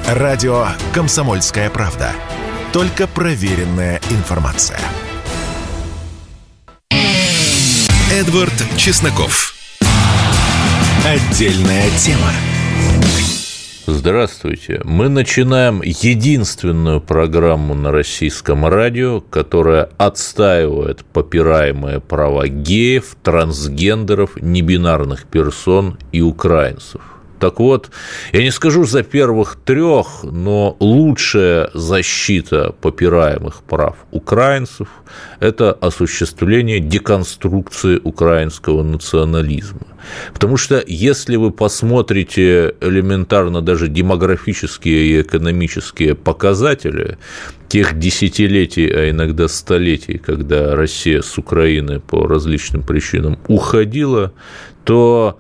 Радио «Комсомольская правда». Только проверенная информация. Эдвард Чесноков. Отдельная тема. Здравствуйте. Мы начинаем единственную программу на российском радио, которая отстаивает попираемые права геев, трансгендеров, небинарных персон и украинцев. Так вот, я не скажу за первых трех, но лучшая защита попираемых прав украинцев – это осуществление деконструкции украинского национализма. Потому что если вы посмотрите элементарно даже демографические и экономические показатели тех десятилетий, а иногда столетий, когда Россия с Украины по различным причинам уходила, то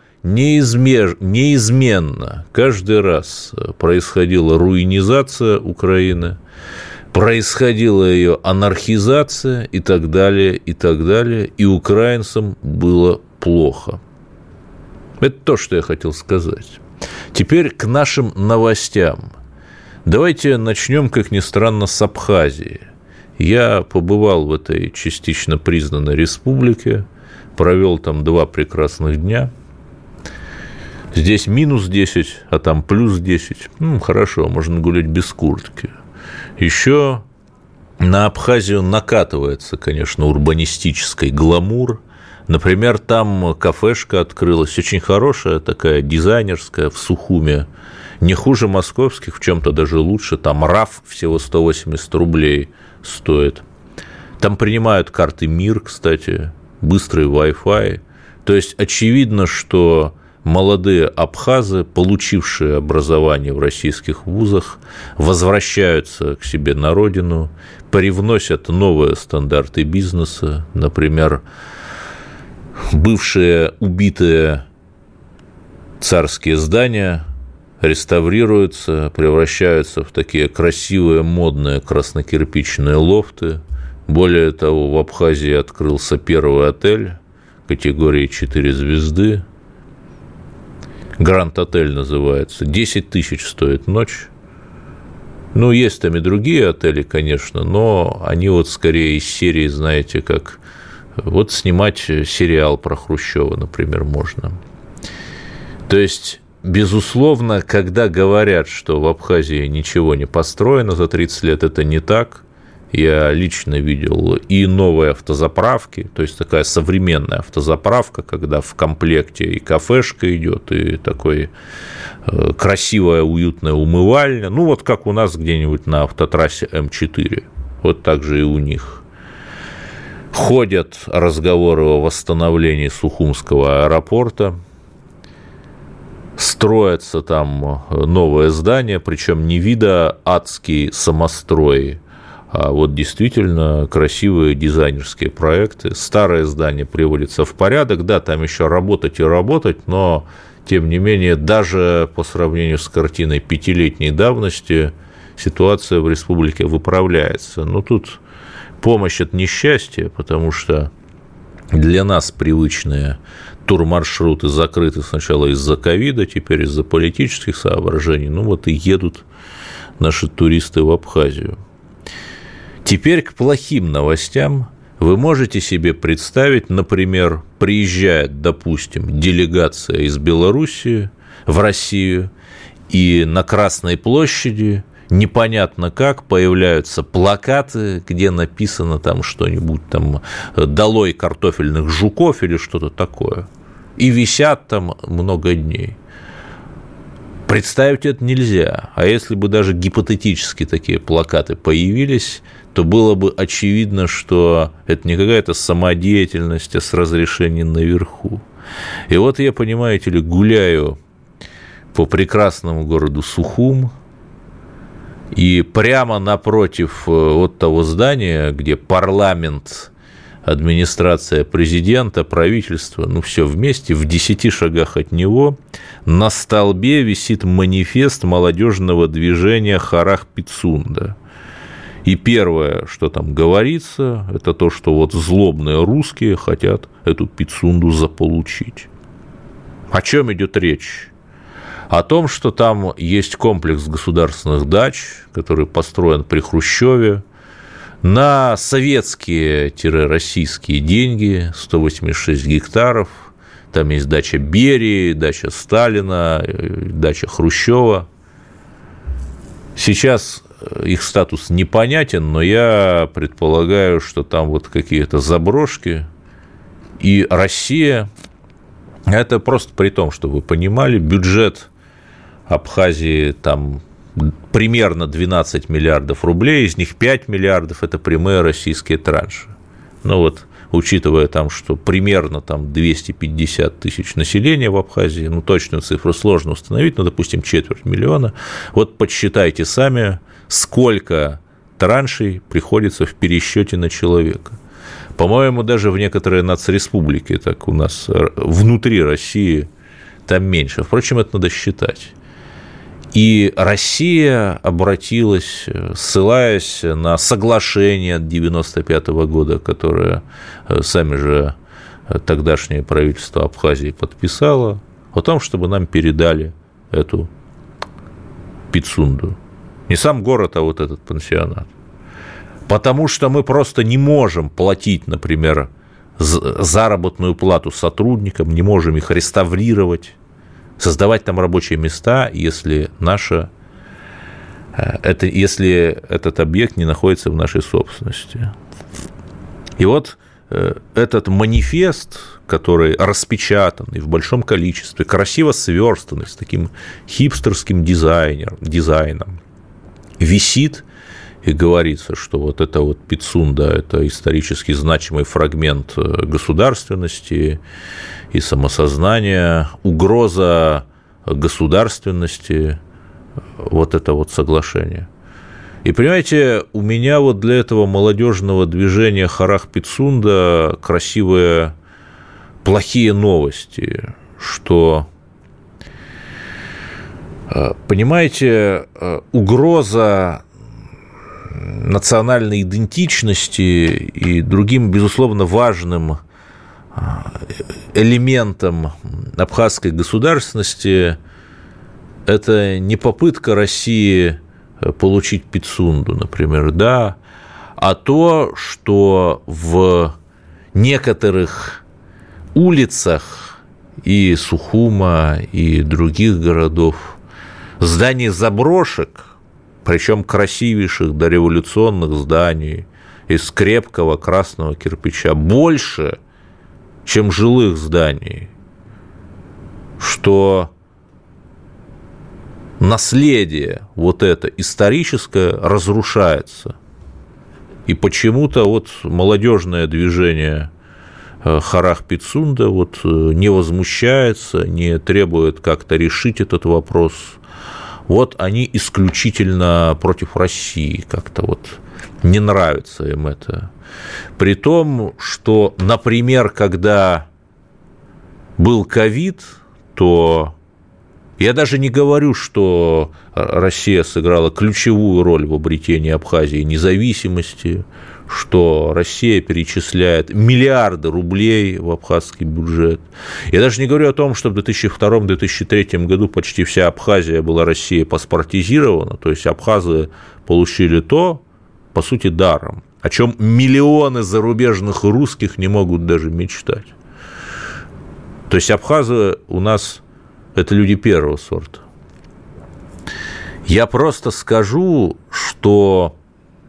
неизменно каждый раз происходила руинизация Украины, происходила ее анархизация и так далее, и украинцам было плохо. Это то, что я хотел сказать. Теперь к нашим новостям. Давайте начнем, как ни странно, с Абхазии. Я побывал в этой частично признанной республике, провел там 2 прекрасных дня. Здесь минус 10, а там плюс 10. Хорошо, можно гулять без куртки. Еще на Абхазию накатывается, конечно, урбанистический гламур. Например, там кафешка открылась, очень хорошая, такая дизайнерская, в Сухуме. Не хуже московских, в чем-то даже лучше. Там РАФ всего 180 рублей стоит. Там принимают карты МИР, кстати, быстрый Wi-Fi. То есть, очевидно, что молодые абхазы, получившие образование в российских вузах, возвращаются к себе на родину, привносят новые стандарты бизнеса, например, бывшие убитые царские здания реставрируются, превращаются в такие красивые, модные краснокирпичные лофты. Более того, в Абхазии открылся первый отель категории 4 звезды. Гранд-отель называется. 10 тысяч стоит ночь. Есть там и другие отели, конечно, но они вот скорее из серии, знаете, как вот снимать сериал про Хрущева, например, можно. То есть, безусловно, когда говорят, что в Абхазии ничего не построено за 30 лет, это не так. Я лично видел и новые автозаправки, то есть такая современная автозаправка, когда в комплекте и кафешка идет, и такой красивая, уютная умывальня. Вот как у нас где-нибудь на автотрассе М4. Вот так же и у них. Ходят разговоры о восстановлении Сухумского аэропорта. Строятся там новые здания, причем не вида адские самострои, а вот действительно красивые дизайнерские проекты. Старое здание приводится в порядок. Да, там еще работать и работать, но, тем не менее, даже по сравнению с картиной 5-летней давности ситуация в республике выправляется. Но тут помощь от несчастья, потому что для нас привычные турмаршруты закрыты сначала из-за ковида, теперь из-за политических соображений. И едут наши туристы в Абхазию. Теперь к плохим новостям. Вы можете себе представить, например, приезжает, допустим, делегация из Белоруссии в Россию, и на Красной площади непонятно как появляются плакаты, где написано там что-нибудь там «Долой картофельных жуков» или что-то такое, и висят там много дней. Представить это нельзя. А если бы даже гипотетически такие плакаты появились, то было бы очевидно, что это не какая-то самодеятельность, а с разрешением наверху. И вот я, понимаете ли, гуляю по прекрасному городу Сухум, и прямо напротив вот того здания, где парламент, администрация президента, правительство, все вместе, в 10 шагах от него, на столбе висит манифест молодежного движения «Харах Пицунда». И первое, что там говорится, это то, что вот злобные русские хотят эту Пицунду заполучить. О чем идет речь? о том, что там есть комплекс государственных дач, который построен при Хрущеве, на советские-российские деньги, 186 гектаров. Там есть дача Берии, дача Сталина, дача Хрущева. Сейчас их статус непонятен, но я предполагаю, что там вот какие-то заброшки. И Россия, это просто при том, что вы понимали, бюджет Абхазии там примерно 12 миллиардов рублей, из них 5 миллиардов – это прямые российские транши. Ну вот, учитывая там, что примерно там 250 тысяч населения в Абхазии, ну, точную цифру сложно установить, но, допустим, 250 000, вот подсчитайте сами, сколько траншей приходится в пересчете на человека. По-моему, даже в некоторые нацреспублики, так у нас внутри России, там меньше. Впрочем, это надо считать. И Россия обратилась, ссылаясь на соглашение от 1995 года, которое сами же тогдашнее правительство Абхазии подписало, о том, чтобы нам передали эту Пицунду. Не сам город, а вот этот пансионат. Потому что мы просто не можем платить, например, заработную плату сотрудникам, не можем их реставрировать, создавать там рабочие места, если этот объект не находится в нашей собственности. И вот этот манифест, который распечатанный в большом количестве, красиво сверстанный, с таким хипстерским дизайном, висит, и говорится, что вот эта вот Пицунда – это исторически значимый фрагмент государственности и самосознания, угроза государственности, вот это вот соглашение. И, понимаете, у меня вот для этого молодежного движения «Харах Пицунда» красивые, плохие новости, что, понимаете, угроза национальной идентичности и другим, безусловно, важным элементом абхазской государственности – это не попытка России получить Пицунду, например, да, а то, что в некоторых улицах и Сухума, и других городов зданий заброшек, причем красивейших дореволюционных зданий из крепкого красного кирпича, больше, чем жилых зданий, что наследие вот это историческое разрушается. И почему-то вот молодежное движение «Харах Пицунда» вот не возмущается, не требует как-то решить этот вопрос. Вот они исключительно против России, как-то вот не нравится им это. При том, что, например, когда был ковид, то я даже не говорю, что Россия сыграла ключевую роль в обретении Абхазии независимости, что Россия перечисляет миллиарды рублей в абхазский бюджет. Я даже не говорю о том, что в 2002-2003 году почти вся Абхазия была Россией паспортизирована, то есть абхазы получили то, по сути, даром, о чем миллионы зарубежных русских не могут даже мечтать. То есть абхазы у нас – это люди первого сорта. Я просто скажу, что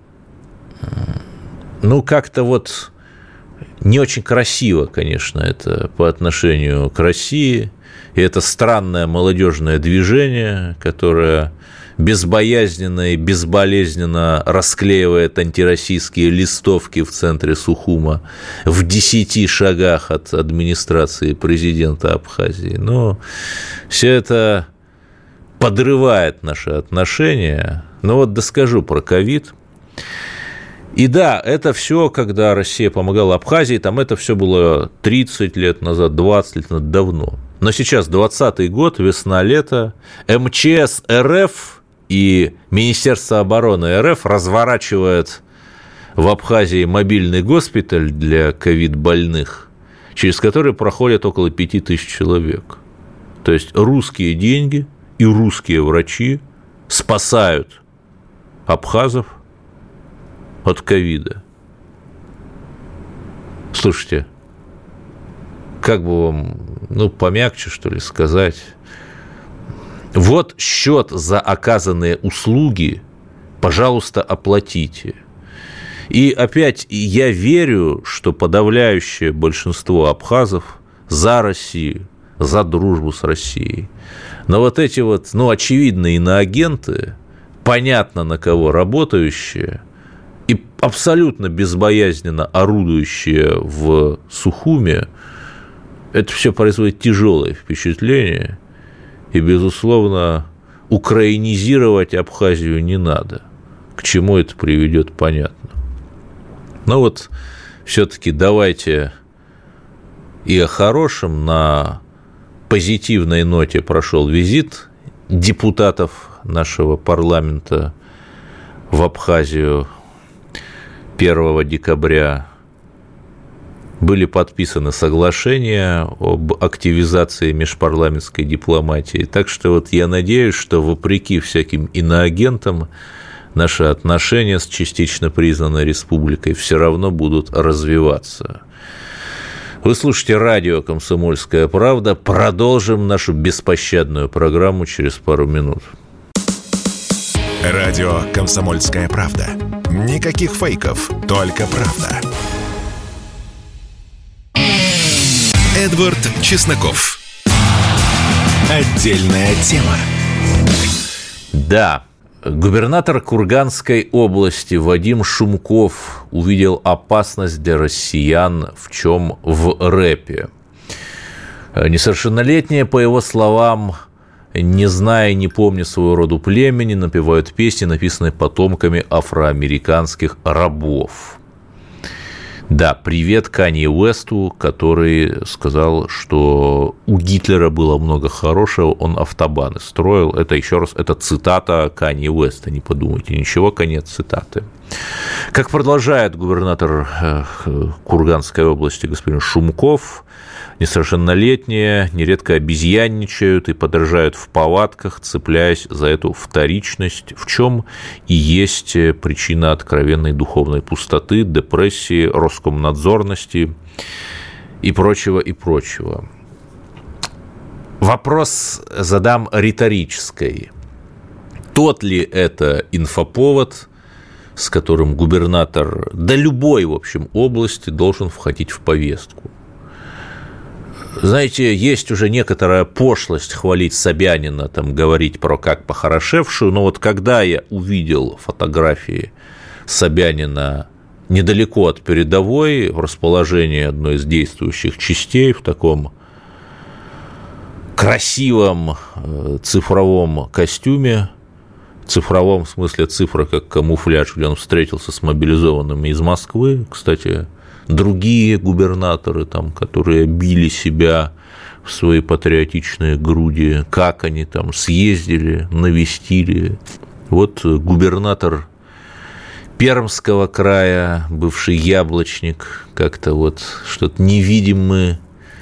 как-то вот не очень красиво, конечно, это по отношению к России, и это странное молодежное движение, которое безбоязненно и безболезненно расклеивает антироссийские листовки в центре Сухума в 10 шагах от администрации президента Абхазии. Но все это подрывает наши отношения. Но вот доскажу про ковид. И да, это все, когда Россия помогала Абхазии, там это все было 30 лет назад, 20 лет назад, давно. Но сейчас 20-й год, весна-лето, МЧС РФ и Министерство обороны РФ разворачивают в Абхазии мобильный госпиталь для ковид-больных, через который проходят около 5000 человек. То есть русские деньги и русские врачи спасают абхазов от ковида. Слушайте, как бы вам, помягче, что ли, сказать. Вот счет за оказанные услуги, пожалуйста, оплатите. И опять я верю, что подавляющее большинство абхазов за Россию, за дружбу с Россией. Но вот эти вот, очевидные иноагенты, понятно на кого работающие и абсолютно безбоязненно орудующие в Сухуме, это все производит тяжелое впечатление. И, безусловно, украинизировать Абхазию не надо. К чему это приведет, понятно. Но вот все-таки давайте и о хорошем. На позитивной ноте прошел визит депутатов нашего парламента в Абхазию 1 декабря. Были подписаны соглашения об активизации межпарламентской дипломатии. Так что вот я надеюсь, что вопреки всяким иноагентам наши отношения с частично признанной республикой все равно будут развиваться. Вы слушаете радио «Комсомольская правда». Продолжим нашу беспощадную программу через пару минут. Радио «Комсомольская правда». Никаких фейков, только правда. Эдвард Чесноков. Отдельная тема. Да, губернатор Курганской области Вадим Шумков увидел опасность для россиян в чем? В рэпе. Несовершеннолетние, по его словам, не зная и не помня своего рода племени, напевают песни, написанные потомками афроамериканских рабов. Да, привет Канье Уэсту, который сказал, что у Гитлера было много хорошего, он автобаны строил. Это, еще раз, это цитата Канье Уэста, не подумайте, ничего, конец цитаты. Как продолжает губернатор Курганской области господин Шумков, несовершеннолетние нередко обезьянничают и подражают в повадках, цепляясь за эту вторичность, в чем и есть причина откровенной духовной пустоты, депрессии, роскомнадзорности и прочего, и прочего. Вопрос задам риторический. Тот ли это инфоповод, с которым губернатор, да любой, в общем, области должен входить в повестку? Знаете, есть уже некоторая пошлость хвалить Собянина, там, говорить про как похорошевшую, но вот когда я увидел фотографии Собянина недалеко от передовой, в расположении одной из действующих частей, в таком красивом цифровом костюме, цифровом в смысле цифра как камуфляж, где он встретился с мобилизованными из Москвы, кстати, другие губернаторы, там, которые били себя в свои патриотичные груди, как они там съездили, навестили. Вот губернатор Пермского края, бывший Яблочник, как-то вот что-то невидимое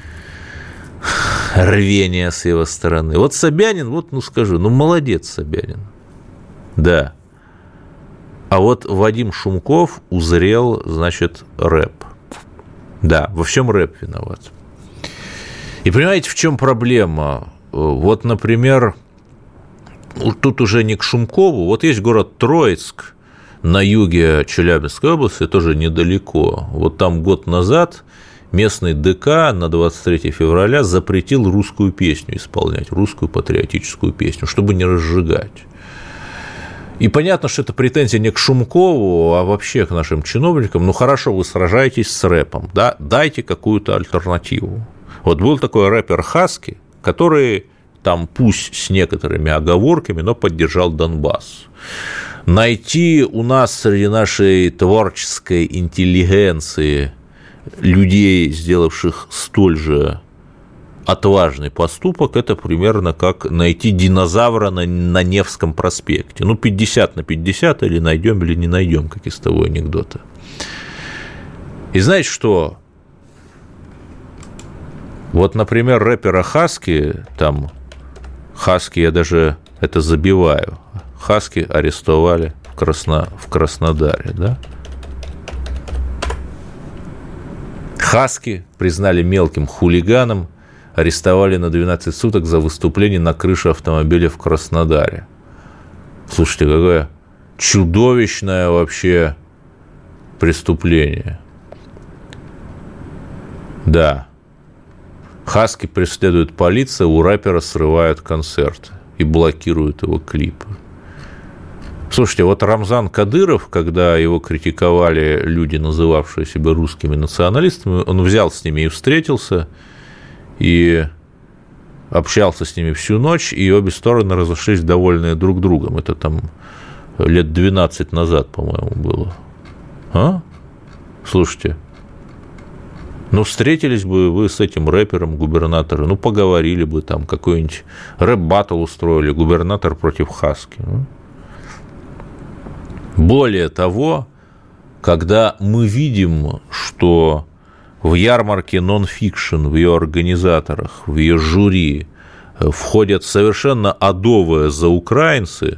рвение с его стороны. Вот Собянин, вот, скажу, молодец Собянин, да. А вот Вадим Шумков узрел, значит, рэп. Да, во всем рэп виноват. И понимаете, в чем проблема? Вот, например, тут уже не к Шумкову, вот есть город Троицк на юге Челябинской области, тоже недалеко. Вот там год назад местный ДК на 23 февраля запретил русскую песню исполнять, русскую патриотическую песню, чтобы не разжигать. И понятно, что это претензия не к Шумкову, а вообще к нашим чиновникам. Хорошо, вы сражаетесь с рэпом, да? Дайте какую-то альтернативу. Вот был такой рэпер Хаски, который там, пусть с некоторыми оговорками, но поддержал Донбасс. Найти у нас среди нашей творческой интеллигенции людей, сделавших столь же отважный поступок, это примерно как найти динозавра на Невском проспекте. 50/50 или найдем, или не найдем, как из того анекдота. И знаете что? Вот, например, рэпера Хаски там Хаски я даже это забиваю. Хаски арестовали в Краснодаре, да? Хаски признали мелким хулиганом, арестовали на 12 суток за выступление на крыше автомобиля в Краснодаре. Слушайте, какое чудовищное вообще преступление. Да. Хаски преследует полиция, у рэпера срывают концерты и блокируют его клипы. Слушайте, вот Рамзан Кадыров, когда его критиковали люди, называвшие себя русскими националистами, он взял с ними и встретился, и общался с ними всю ночь, и обе стороны разошлись довольные друг другом. Это там лет 12 назад, по-моему, было. А? Слушайте, ну, встретились бы вы с этим рэпером, губернатором, ну, поговорили бы там, какой-нибудь рэп-баттл устроили, губернатор против Хаски. Более того, когда мы видим, что в ярмарке нон-фикшн, в ее организаторах, в ее жюри входят совершенно адовые заукраинцы,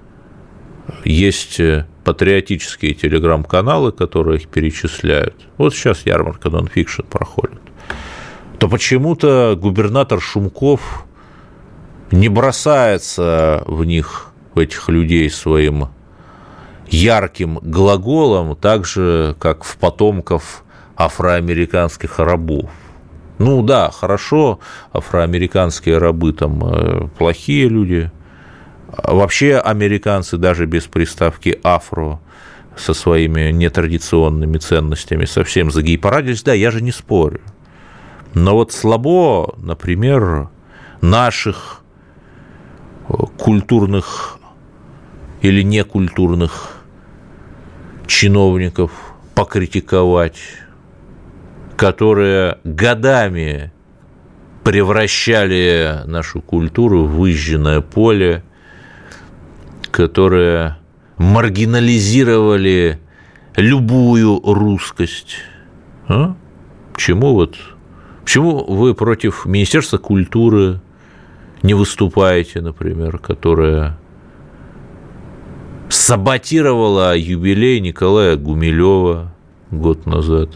есть патриотические телеграм-каналы, которые их перечисляют. Вот сейчас ярмарка нон-фикшн проходит. То почему-то губернатор Шумков не бросается в них, в этих людей, своим ярким глаголом, так же, как в потомков афроамериканских рабов. Ну да, хорошо, афроамериканские рабы там плохие люди. Вообще американцы даже без приставки «афро» со своими нетрадиционными ценностями совсем загей-парадились. Да, я же не спорю. Но вот слабо, например, наших культурных или некультурных чиновников покритиковать, которые годами превращали нашу культуру в выжженное поле, которые маргинализировали любую русскость. А? Почему вы против Министерства культуры не выступаете, например, которое саботировала юбилей Николая Гумилева год назад?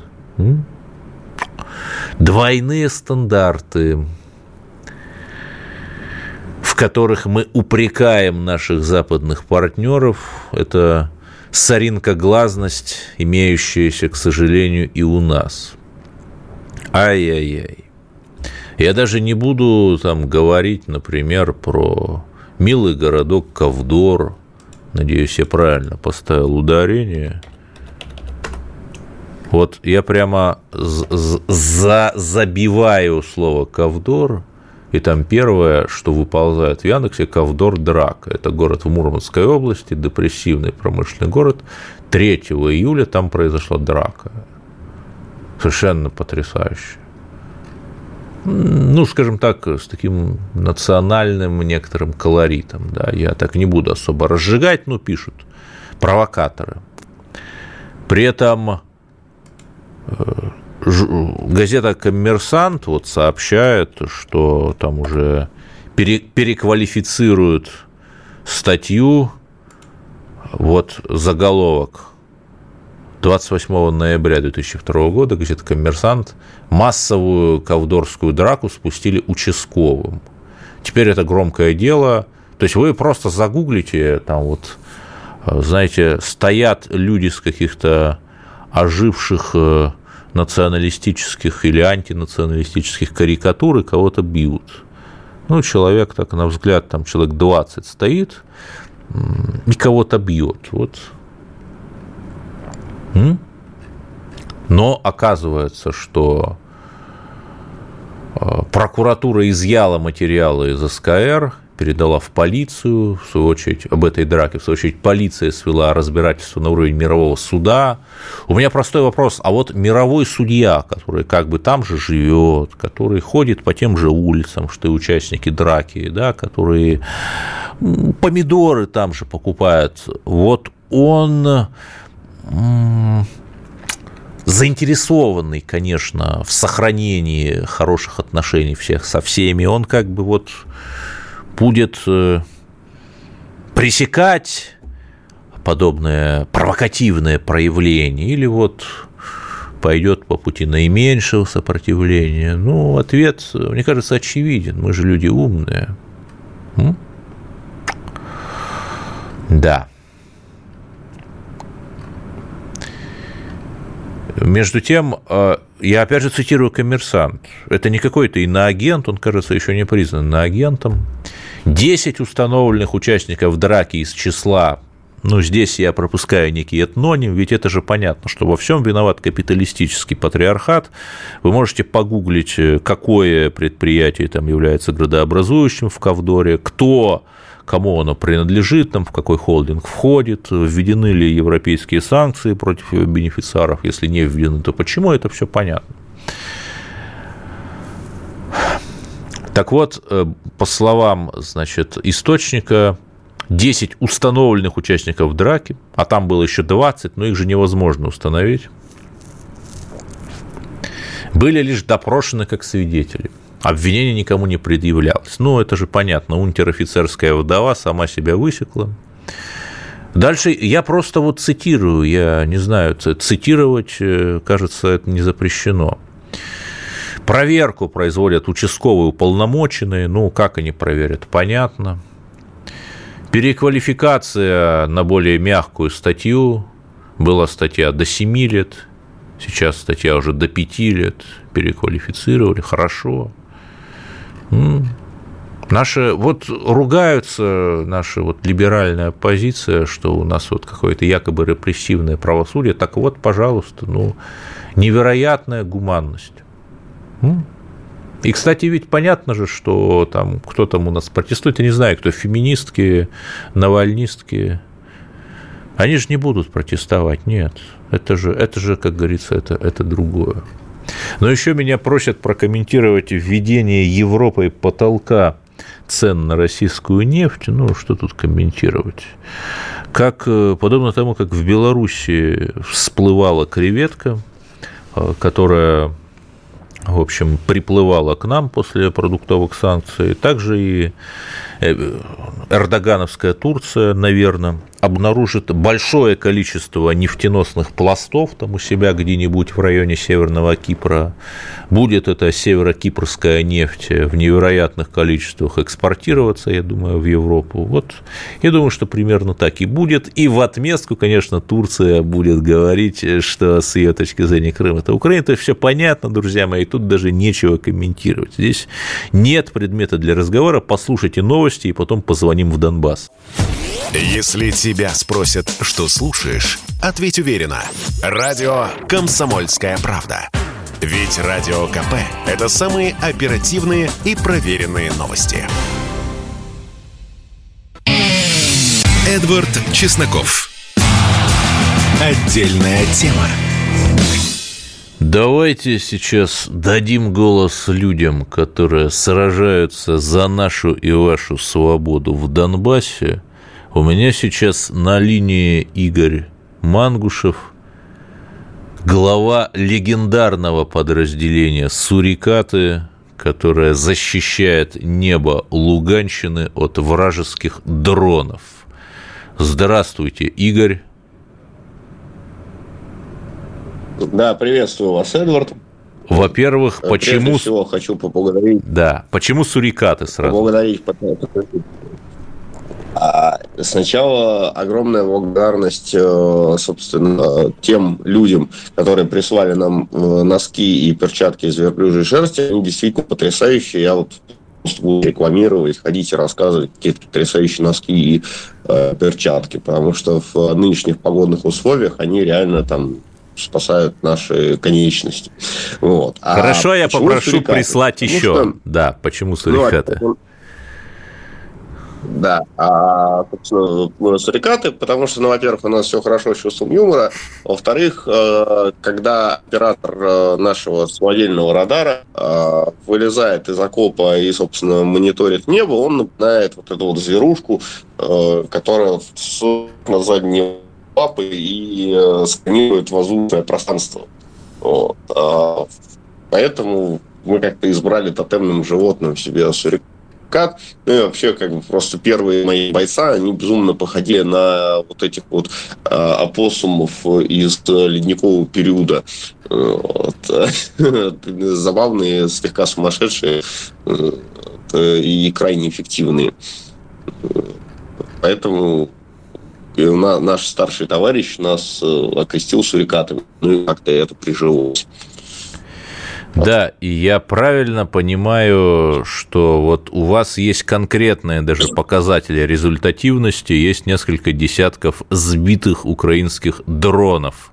Двойные стандарты, в которых мы упрекаем наших западных партнеров, это соринкоглазность, имеющаяся, к сожалению, и у нас. Ай-яй-яй. Я даже не буду там говорить, например, про милый городок Ковдор. Надеюсь, я правильно поставил ударение. Вот я прямо забиваю слово «Ковдор», и там первое, что выползает в Яндексе, Ковдор Драка. Это город в Мурманской области, депрессивный промышленный город. 3 июля там произошла драка. Совершенно потрясающе. Ну, скажем так, с таким национальным некоторым колоритом. Да. Я так не буду особо разжигать, но пишут провокаторы. При этом газета «Коммерсант» вот сообщает, что там уже переквалифицируют статью, вот заголовок: 28 ноября 2002 года газета «Коммерсант» массовую ковдорскую драку спустили участковым. Теперь это громкое дело. То есть вы просто загуглите, там вот, знаете, стоят люди с каких-то оживших националистических или антинационалистических карикатур и кого-то бьют. Ну, человек, так на взгляд, там человек 20 стоит и кого-то бьет. Вот. Но оказывается, что прокуратура изъяла материалы из СКР, передала в полицию, в свою очередь, об этой драке, в свою очередь, полиция свела разбирательство на уровень мирового суда. У меня простой вопрос: а вот мировой судья, который как бы там же живет, который ходит по тем же улицам, что и участники драки, да, которые помидоры там же покупают, вот он заинтересованный, конечно, в сохранении хороших отношений всех со всеми, он как бы вот будет пресекать подобное провокативное проявление или вот пойдет по пути наименьшего сопротивления? Ну, ответ, мне кажется, очевиден. Мы же люди умные. Да. Между тем, я опять же цитирую «Коммерсант». Это не какой-то иноагент, он, кажется, еще не признан иноагентом. 10 установленных участников драки из числа, ну, здесь я пропускаю некий этноним, ведь это же понятно, что во всем виноват капиталистический патриархат. Вы можете погуглить, какое предприятие там является градообразующим в Ковдоре, кому оно принадлежит, там, в какой холдинг входит, введены ли европейские санкции против его бенефициаров, если не введены, то почему, это все понятно. Так вот, по словам, значит, источника, 10 установленных участников драки, а там было еще 20, но их же невозможно установить, были лишь допрошены как свидетели. Обвинение никому не предъявлялось. Ну, это же понятно, унтер-офицерская вдова сама себя высекла. Дальше я просто вот цитирую, я не знаю, цитировать, кажется, это не запрещено. Проверку производят участковые уполномоченные, ну, как они проверят, понятно. Переквалификация на более мягкую статью, была статья до 7 лет, сейчас статья уже до 5 лет, переквалифицировали, хорошо. Наши, вот ругаются наша вот либеральная оппозиция, что у нас вот какое-то якобы репрессивное правосудие, так вот, пожалуйста, ну, невероятная гуманность. И, кстати, ведь понятно же, что там, кто там у нас протестует, я не знаю, кто, феминистки, навальнистки, они же не будут протестовать, нет, это же, как говорится, это другое. Но еще меня просят прокомментировать введение Европой потолка цен на российскую нефть. Ну, что тут комментировать? Подобно тому, как в Беларуси всплывала креветка, которая, в общем, приплывала к нам после продуктовых санкций, также и эрдогановская Турция, наверное, обнаружит большое количество нефтеносных пластов там у себя где-нибудь в районе Северного Кипра. Будет эта северокипрская нефть в невероятных количествах экспортироваться, я думаю, в Европу. Вот, я думаю, что примерно так и будет. И в отместку, конечно, Турция будет говорить, что с ее точки зрения Крым – это Украина. Это все понятно, друзья мои, тут даже нечего комментировать. Здесь нет предмета для разговора. Послушайте новости и потом позвоним в Донбасс. Если тебя спросят, что слушаешь, ответь уверенно. Радио «Комсомольская правда». Ведь Радио КП – это самые оперативные и проверенные новости. Эдвард Чесноков. Отдельная тема. Давайте сейчас дадим голос людям, которые сражаются за нашу и вашу свободу в Донбассе. У меня сейчас на линии Игорь Мангушев, глава легендарного подразделения «Сурикаты», которое защищает небо Луганщины от вражеских дронов. Здравствуйте, Игорь. Да, приветствую вас, Эдвард. Во-первых, почему... Прежде всего, хочу поблагодарить... Да, почему «Сурикаты» сразу? Поблагодарить... Сначала огромная благодарность, собственно, тем людям, которые прислали нам носки и перчатки из верблюжьей шерсти. Они действительно потрясающие. Я вот буду рекламировать, ходите, рассказывать, какие потрясающие носки и перчатки, потому что в нынешних погодных условиях они реально там спасают наши конечности. Вот. Хорошо, я попрошу «Сурикаты»? Прислать еще. Что... Да, почему «Сурикаты»? Да, собственно, «Сурикаты», потому что, во-первых, у нас все хорошо с чувством юмора, во-вторых, когда оператор нашего самодельного радара вылезает из окопа и, собственно, мониторит небо, он напоминает вот эту вот зверушку, которая на задние лапы и сканирует воздушное пространство. Вот. Поэтому мы как-то избрали тотемным животным себе «Сурикаты». Ну и вообще, как бы просто первые мои бойца, они безумно походили на вот этих вот опоссумов из ледникового периода. Вот. Забавные, слегка сумасшедшие и крайне эффективные. Поэтому наш старший товарищ нас окрестил сурикатами. Ну и как-то это прижилось. Да, и я правильно понимаю, что вот у вас есть конкретные даже показатели результативности, есть несколько десятков сбитых украинских дронов.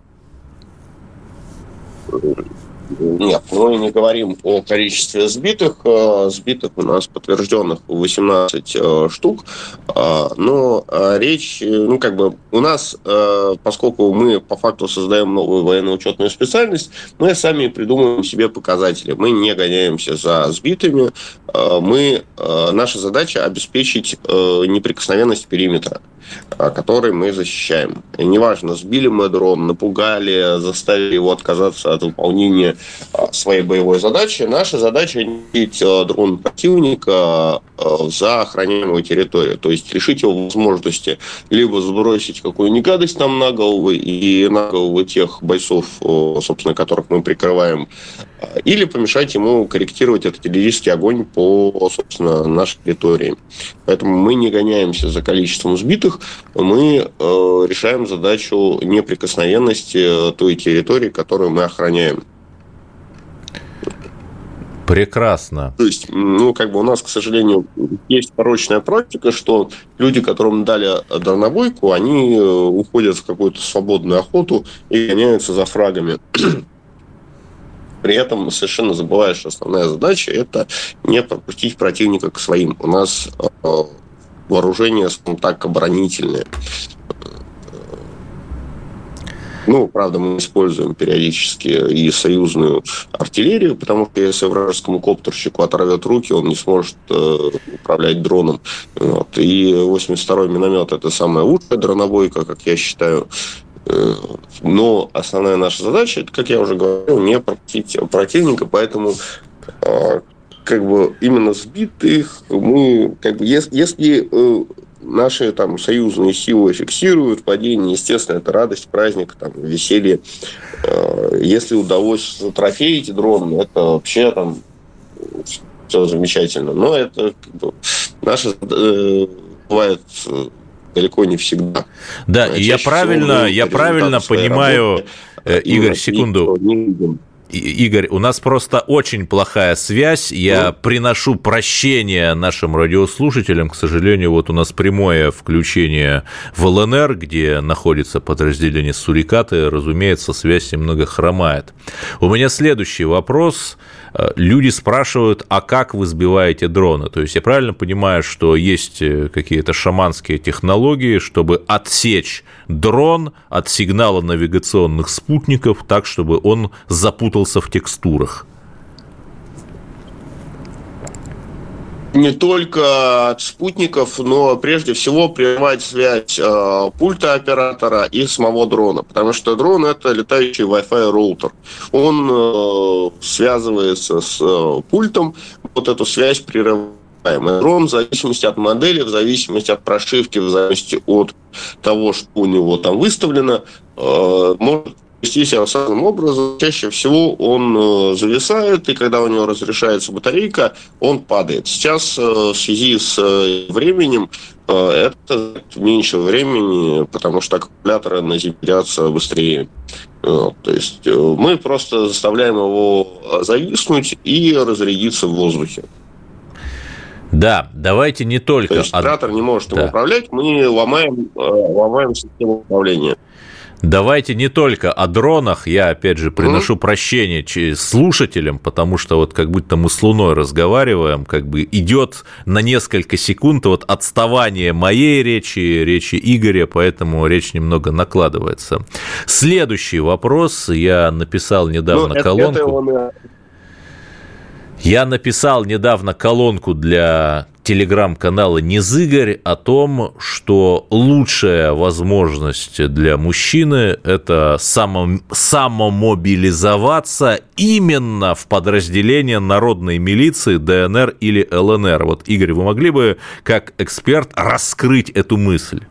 Нет, мы не говорим о количестве сбитых. Сбитых у нас подтвержденных 18 штук. Но речь, у нас, поскольку мы по факту создаем новую военно-учетную специальность, мы сами придумываем себе показатели. Мы не гоняемся за сбитыми. Наша задача обеспечить неприкосновенность периметра, который мы защищаем. И неважно, сбили мы дрон, напугали, заставили его отказаться от выполнения своей боевой задачи. Наша задача – лишить дрон противника за охраняемую территорию. То есть лишить его возможности либо сбросить какую-нибудь гадость нам на головы и на головы тех бойцов, собственно, которых мы прикрываем, или помешать ему корректировать артиллерийский огонь по, собственно, нашей территории. Поэтому мы не гоняемся за количеством сбитых, мы решаем задачу неприкосновенности той территории, которую мы охраняем. Прекрасно. То есть, у нас, к сожалению, есть порочная практика, что люди, которым дали дальнобойку, они уходят в какую-то свободную охоту и гоняются за фрагами. При этом совершенно забываешь, что основная задача – это не пропустить противника к своим. У нас вооружение, скажем так, оборонительное. Правда, мы используем периодически и союзную артиллерию, потому что если вражескому коптерщику оторвет руки, он не сможет управлять дроном. Вот. И 82-й миномет – это самая лучшая дронобойка, как я считаю. Но основная наша задача, это, как я уже говорил, не пропустить противника, поэтому именно сбитых мы, если наши союзные силы фиксируют падение, естественно, это радость, праздник, веселье. Если удалось затрофеить дрон, это вообще все замечательно. Но это наше бывает далеко не всегда. Да, и я правильно понимаю, Игорь, секунду. Игорь, у нас просто очень плохая связь. Я приношу прощение нашим радиослушателям. К сожалению, вот у нас прямое включение в ЛНР, где находится подразделение «Сурикаты». Разумеется, связь немного хромает. У меня следующий вопрос. Люди спрашивают, а как вы сбиваете дроны? То есть я правильно понимаю, что есть какие-то шаманские технологии, чтобы отсечь дрон от сигнала навигационных спутников так, чтобы он запутался в текстурах? Не только от спутников, но прежде всего прервать связь пульта оператора и самого дрона, потому что дрон – это летающий Wi-Fi роутер. Он связывается с пультом, вот эту связь прерываем. И дрон в зависимости от модели, в зависимости от прошивки, в зависимости от того, что у него там выставлено, может вести себя самым образом. Чаще всего он зависает, и когда у него разрешается батарейка, он падает. Сейчас в связи с временем это меньше времени, потому что аккумуляторы наземлятся быстрее. То есть мы просто заставляем его зависнуть и разрядиться в воздухе. Да, давайте не только... То есть оператор не может им управлять, мы ломаем систему управления. Давайте не только о дронах, я, опять же, приношу прощение слушателям, потому что вот как будто мы с Луной разговариваем, идет на несколько секунд отставание моей речи Игоря, поэтому речь немного накладывается. Следующий вопрос, я написал недавно колонку. Я написал недавно колонку для телеграм-канала «Низыгорь» о том, что лучшая возможность для мужчины – это самомобилизоваться именно в подразделение народной милиции, ДНР или ЛНР. Вот, Игорь, вы могли бы, как эксперт, раскрыть эту мысль?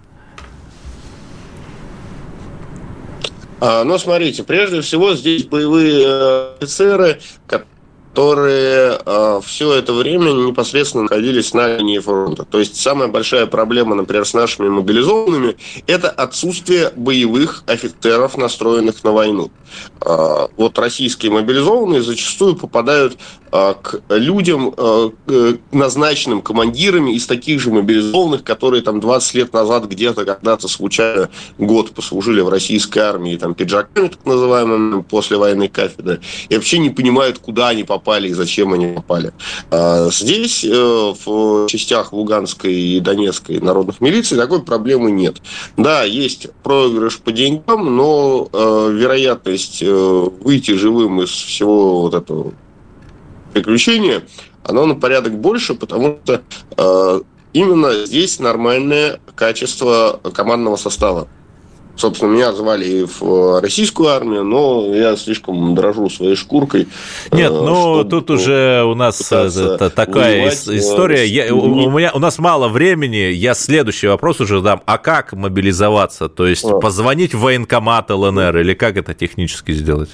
Ну, смотрите, прежде всего здесь боевые офицеры, которые все это время непосредственно находились на линии фронта. То есть самая большая проблема, например, с нашими мобилизованными, это отсутствие боевых офицеров, настроенных на войну. Вот российские мобилизованные зачастую попадают к людям, назначенным командирами из таких же мобилизованных, которые там 20 лет назад где-то когда-то случайно год послужили в российской армии, там пиджаками, так называемыми, после военной кафедры, и вообще не понимают, куда они попали и зачем они попали. Здесь, в частях Луганской и Донецкой народных милиций, такой проблемы нет. Да, есть проигрыш по деньгам, но вероятность выйти живым из всего вот этого приключения, оно на порядок больше, потому что именно здесь нормальное качество командного состава. Собственно, меня звали и в российскую армию, но я слишком дорожу своей шкуркой. Нет, ну тут уже у нас такая история. У нас мало времени, я следующий вопрос уже задам. А как мобилизоваться? То есть позвонить в военкомат ЛНР или как это технически сделать?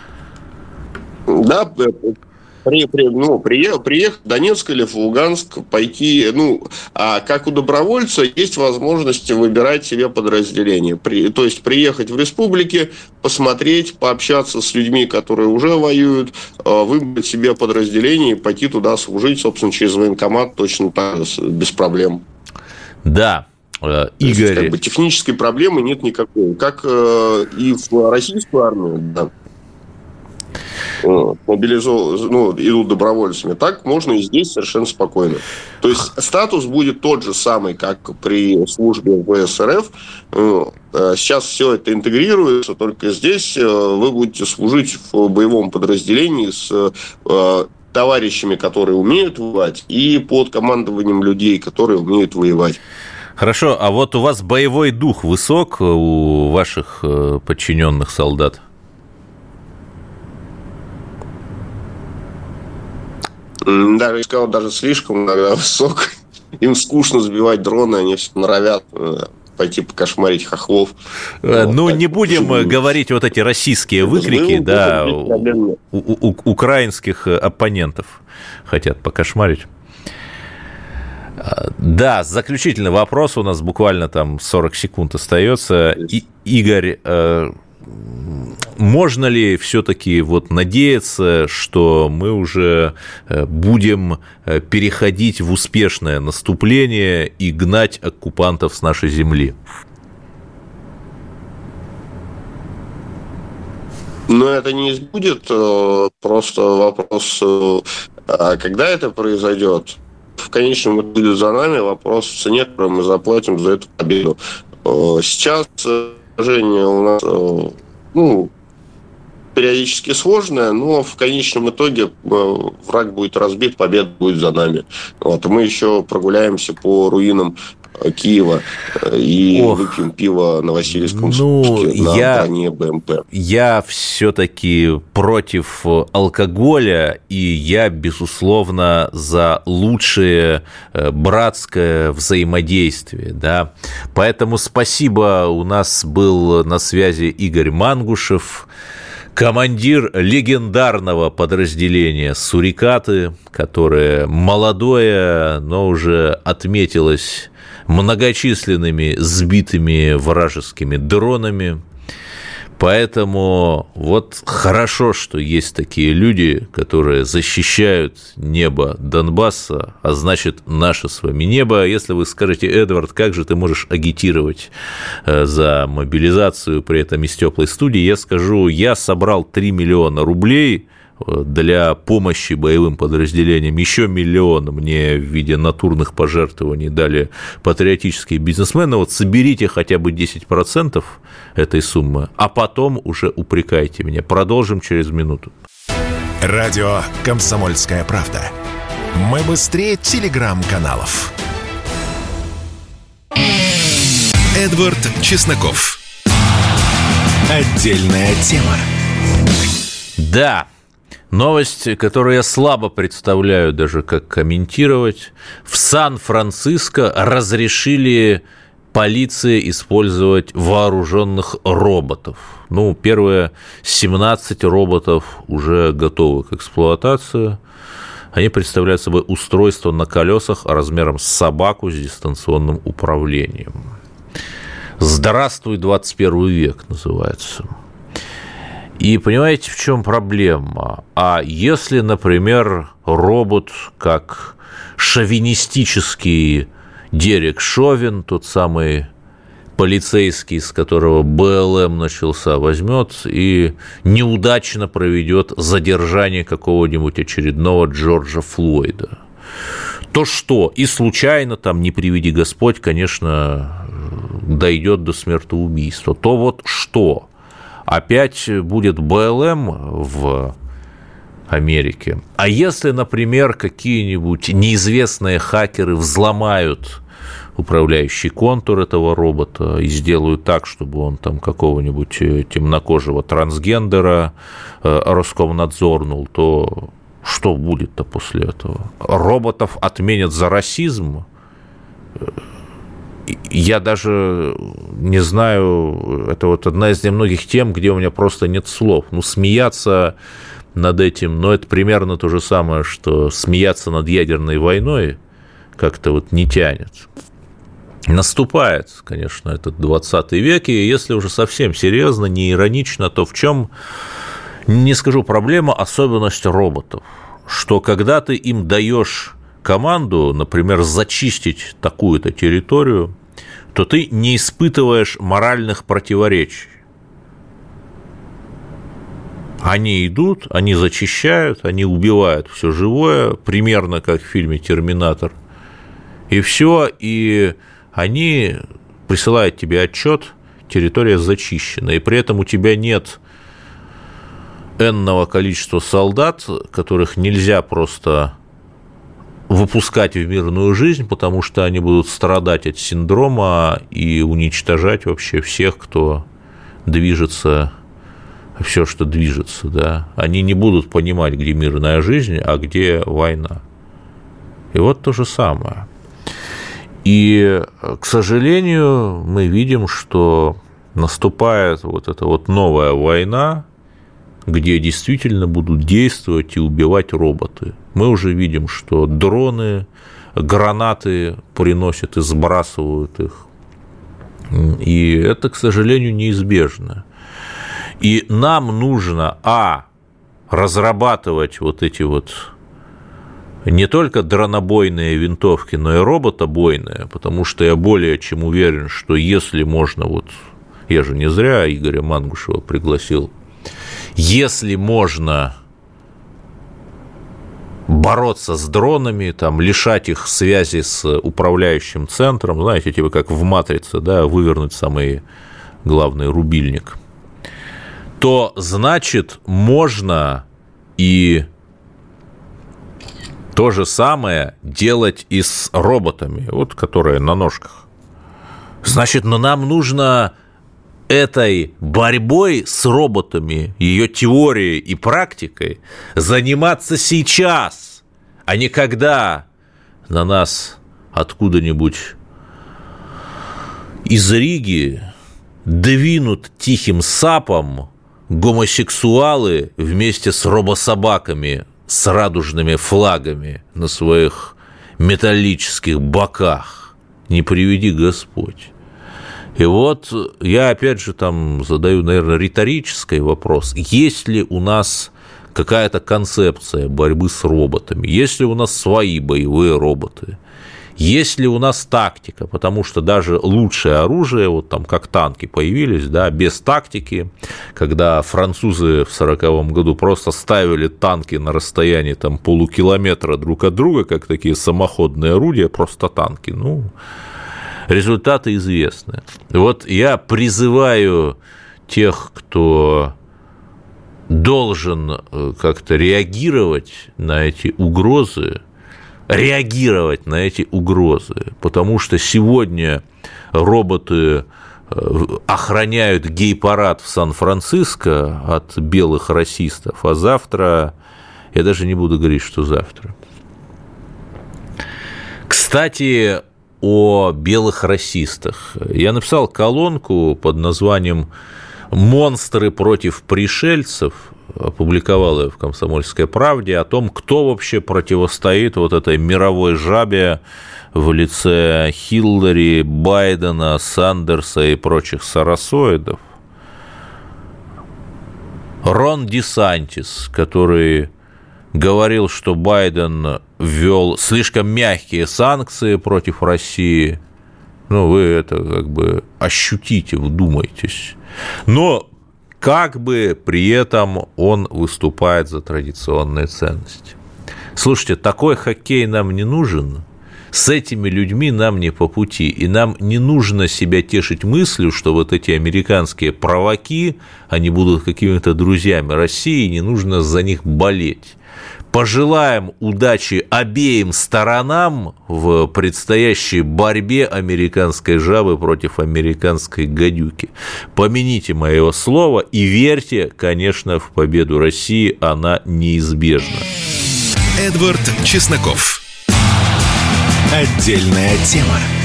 Да, приехать в Донецк или в Луганск, пойти, а как у добровольца есть возможность выбирать себе подразделение. То есть приехать в республики, посмотреть, пообщаться с людьми, которые уже воюют, выбрать себе подразделение и пойти туда служить, собственно, через военкомат точно так же, без проблем. Да. Игорь... Есть, технической проблемы нет никакой. Как и в российскую армию, да. Идут добровольцами, так можно и здесь совершенно спокойно. То есть статус будет тот же самый, как при службе в ВСРФ. Сейчас все это интегрируется, только здесь вы будете служить в боевом подразделении с товарищами, которые умеют воевать, и под командованием людей, которые умеют воевать. Хорошо, а вот у вас боевой дух высок у ваших подчиненных солдат? Даже, я сказал, даже слишком иногда высок. Им скучно сбивать дроны, они все норовят пойти покошмарить хохлов. Не будем говорить вот эти российские выкрики, да, украинских оппонентов хотят покошмарить. Да, заключительный вопрос, у нас буквально там 40 секунд остается. Игорь, можно ли все-таки надеяться, что мы уже будем переходить в успешное наступление и гнать оккупантов с нашей земли? Это не будет, просто вопрос, когда это произойдет. В конечном итоге за нами вопрос в цене, которую мы заплатим за эту победу. Сейчас положение у нас периодически сложное, но в конечном итоге враг будет разбит, победа будет за нами. Мы еще прогуляемся по руинам Киева и выпьем пиво на Васильевском спуске на броне БМП. Я все-таки против алкоголя, и я, безусловно, за лучшее братское взаимодействие. Да? Поэтому спасибо, у нас был на связи Игорь Мангушев, командир легендарного подразделения «Сурикаты», которое молодое, но уже отметилось многочисленными сбитыми вражескими дронами. Поэтому хорошо, что есть такие люди, которые защищают небо Донбасса, а значит, наше с вами небо. Если вы скажете: Эдвард, как же ты можешь агитировать за мобилизацию при этом из теплой студии, я скажу: я собрал 3 миллиона рублей для помощи боевым подразделениям, еще 1 миллион мне в виде натурных пожертвований дали патриотические бизнесмены. Соберите хотя бы 10% этой суммы, а потом уже упрекайте меня. Продолжим через минуту. Радио «Комсомольская правда». Мы быстрее телеграм-каналов. Эдвард Чесноков. Отдельная тема. Да, новость, которую я слабо представляю даже, как комментировать. В Сан-Франциско разрешили полиции использовать вооруженных роботов. Ну, первые 17 роботов уже готовы к эксплуатации. Они представляют собой устройство на колесах размером с собаку с дистанционным управлением. «Здравствуй, 21 век» называется. И понимаете, в чем проблема? А если, например, робот, как шовинистический Дерек Шовин, тот самый полицейский, с которого БЛМ начался, возьмет и неудачно проведет задержание какого-нибудь очередного Джорджа Флойда, то что? И случайно, там, не приведи Господь, конечно, дойдет до смертоубийства. То вот что? Опять будет БЛМ в Америке. А если, например, какие-нибудь неизвестные хакеры взломают управляющий контур этого робота и сделают так, чтобы он там какого-нибудь темнокожего трансгендера Роскомнадзорнул, то что будет-то после этого? Роботов отменят за расизм? Я даже не знаю, это вот одна из немногих тем, где у меня просто нет слов. Ну, смеяться над этим, но это примерно то же самое, что смеяться над ядерной войной как-то вот не тянет. Наступает, конечно, этот 20 век, и если уже совсем серьезно, не иронично, то в чем, не скажу, проблема, особенность роботов, что когда ты им даешь команду, например, зачистить такую-то территорию, то ты не испытываешь моральных противоречий. Они идут, они зачищают, они убивают все живое, примерно как в фильме «Терминатор», и все, и они присылают тебе отчет, территория зачищена, и при этом у тебя нет энного количества солдат, которых нельзя просто выпускать в мирную жизнь, потому что они будут страдать от синдрома и уничтожать вообще всех, кто движется, все, что движется, да. Они не будут понимать, где мирная жизнь, а где война. И вот то же самое. И, к сожалению, мы видим, что наступает вот эта вот новая война, где действительно будут действовать и убивать роботы. Мы уже видим, что дроны, гранаты приносят и сбрасывают их. И это, к сожалению, неизбежно. И нам нужно, разрабатывать вот эти вот не только дронобойные винтовки, но и роботобойные, потому что я более чем уверен, что если можно, вот я же не зря Игоря Мангушева пригласил, если можно бороться с дронами, там, лишать их связи с управляющим центром, знаете, типа как в «Матрице», да, вывернуть самый главный рубильник, то, значит, можно и то же самое делать и с роботами, вот, которые на ножках. Значит, но нам нужно этой борьбой с роботами, ее теорией и практикой заниматься сейчас, а не когда на нас откуда-нибудь из Риги двинут тихим сапом гомосексуалы вместе с робособаками с радужными флагами на своих металлических боках. Не приведи Господь. И вот я опять же там задаю, наверное, риторический вопрос. Есть ли у нас какая-то концепция борьбы с роботами? Есть ли у нас свои боевые роботы? Есть ли у нас тактика? Потому что даже лучшее оружие, вот там как танки появились, да, без тактики, когда французы в 1940 году просто ставили танки на расстоянии там полукилометра друг от друга, как такие самоходные орудия, просто танки, ну, результаты известны. Вот я призываю тех, кто должен как-то реагировать на эти угрозы, реагировать на эти угрозы, потому что сегодня роботы охраняют гей-парад в Сан-Франциско от белых расистов, а завтра, я даже не буду говорить, что завтра. Кстати, о белых расистах. Я написал колонку под названием «Монстры против пришельцев», опубликовал ее в «Комсомольской правде», о том, кто вообще противостоит вот этой мировой жабе в лице Хиллари, Байдена, Сандерса и прочих соросоидов. Рон Десантис, который говорил, что Байден ввел слишком мягкие санкции против России. Ну, вы это как бы ощутите, вдумайтесь. Но как бы при этом он выступает за традиционные ценности. Слушайте, такой хоккей нам не нужен. С этими людьми нам не по пути, и нам не нужно себя тешить мыслью, что вот эти американские провоки, они будут какими-то друзьями России, не нужно за них болеть. Пожелаем удачи обеим сторонам в предстоящей борьбе американской жабы против американской гадюки. Помяните моего слова и верьте, конечно, в победу России, она неизбежна. Эдвард Чесноков. Отдельная тема.